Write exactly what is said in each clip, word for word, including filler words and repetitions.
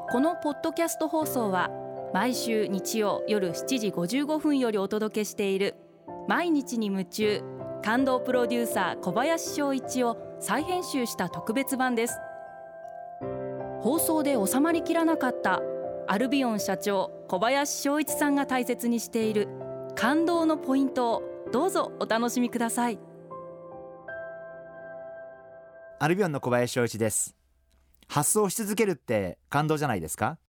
このポッドキャスト放送は毎週日曜夜しちじごじゅうごふんよりお届けしている毎日に夢中感動プロデューサー小林翔一を再編集した特別版です。放送で収まりきらなかったアルビオン社長小林翔一さんが大切にしている感動のポイントをどうぞお楽しみください。 アルビオンの小林翔一です。発想し続けるって感動じゃないですか？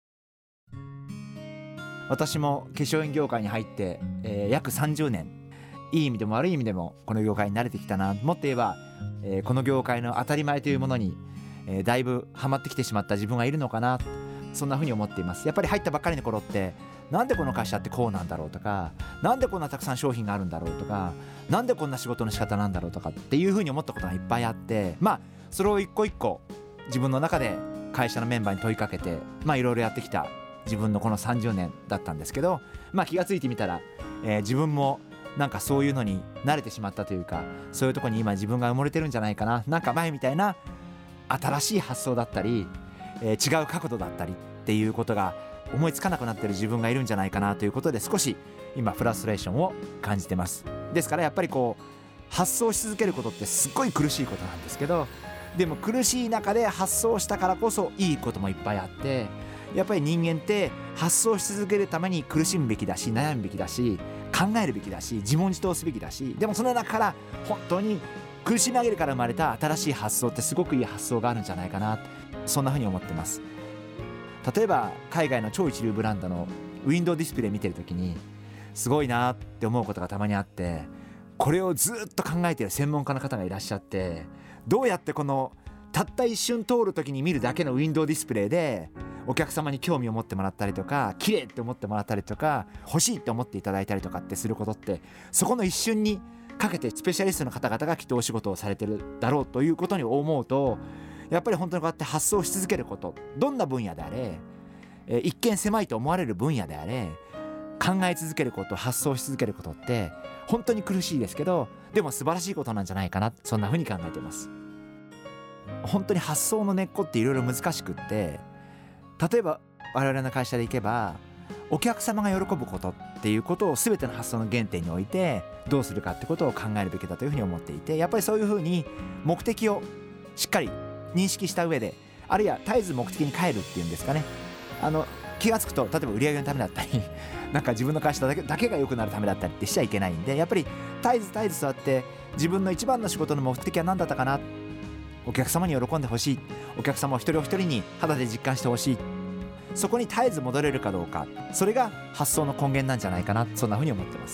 私も化粧品業界に入って、えー、約さんじゅうねん、いい意味でも悪い意味でもこの業界に慣れてきたな。もっと言えば、えー、この業界の当たり前というものに、えー、だいぶハマってきてしまった自分がいるのかな、そんな風に思っています。やっぱり入ったばっかりの頃ってなんでこの会社ってこうなんだろうとか、なんでこんなたくさん商品があるんだろうとか、なんでこんな仕事の仕方なんだろうとかっていう風に思ったことがいっぱいあって、まあそれを一個一個自分の中で会社のメンバーに問いかけて、まあいろいろやってきた自分のこのさんじゅうねんだったんですけど、まあ気がついてみたら、えー、自分もなんかそういうのに慣れてしまったというか、そういうところに今自分が埋もれてるんじゃないかな。なんか前みたいな新しい発想だったり、えー、違う角度だったりっていうことが思いつかなくなってる自分がいるんじゃないかなということで、少し今フラストレーションを感じてます。ですからやっぱりこう発想し続けることってすっごい苦しいことなんですけど、でも苦しい中で発想したからこそいいこともいっぱいあって、やっぱり人間って発想し続けるために苦しむべきだし、悩むべきだし、考えるべきだし、自問自答すべきだし、でもその中から本当に苦しみ上げるから生まれた新しい発想ってすごくいい発想があるんじゃないかな、そんなふうに思ってます。例えば海外の超一流ブランドのウィンドウディスプレイ見てるときにすごいなって思うことがたまにあって、これをずっと考えている専門家の方がいらっしゃって、どうやってこのたった一瞬通るときに見るだけのウィンドウディスプレイでお客様に興味を持ってもらったりとか、綺麗って思ってもらったりとか、欲しいって思っていただいたりとかってすることって、そこの一瞬にかけてスペシャリストの方々がきっとお仕事をされてるだろうということに思うと、やっぱり本当にこうやって発想し続けること、どんな分野であれ、えー、一見狭いと思われる分野であれ、考え続けること、発想し続けることって本当に苦しいですけど、でも素晴らしいことなんじゃないかな、そんな風に考えています。本当に発想の根っこっていろいろ難しくって、例えば我々の会社で行けばお客様が喜ぶことっていうことを全ての発想の原点に置いてどうするかってことを考えるべきだというふうに思っていて、やっぱりそういうふうに目的をしっかり認識した上で、あるいは絶えず目的に帰るっていうんですかね、あの気がつくと例えば売り上げのためだったりなんか自分の会社だけ、だけが良くなるためだったりってしちゃいけないんで、やっぱり絶えず絶えずそうやって自分の一番の仕事の目的は何だったかな、お客様に喜んでほしい、お客様お一人お一人に肌で実感してほしい、そこに絶えず戻れるかどうか、それが発想の根源なんじゃないかな、そんなふうに思ってます。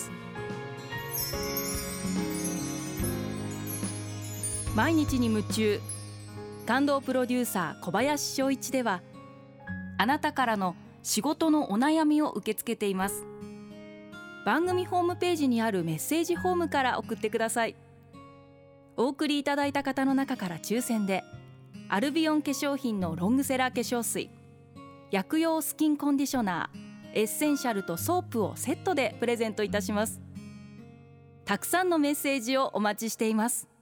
毎日に夢中感動プロデューサー小林翔一では、あなたからの仕事のお悩みを受け付けています。番組ホームページにあるメッセージフォームから送ってください。お送りいただいた方の中から抽選でアルビオン化粧品のロングセラー化粧水、薬用スキンコンディショナー、エッセンシャルとソープをセットでプレゼントいたします。たくさんのメッセージをお待ちしています。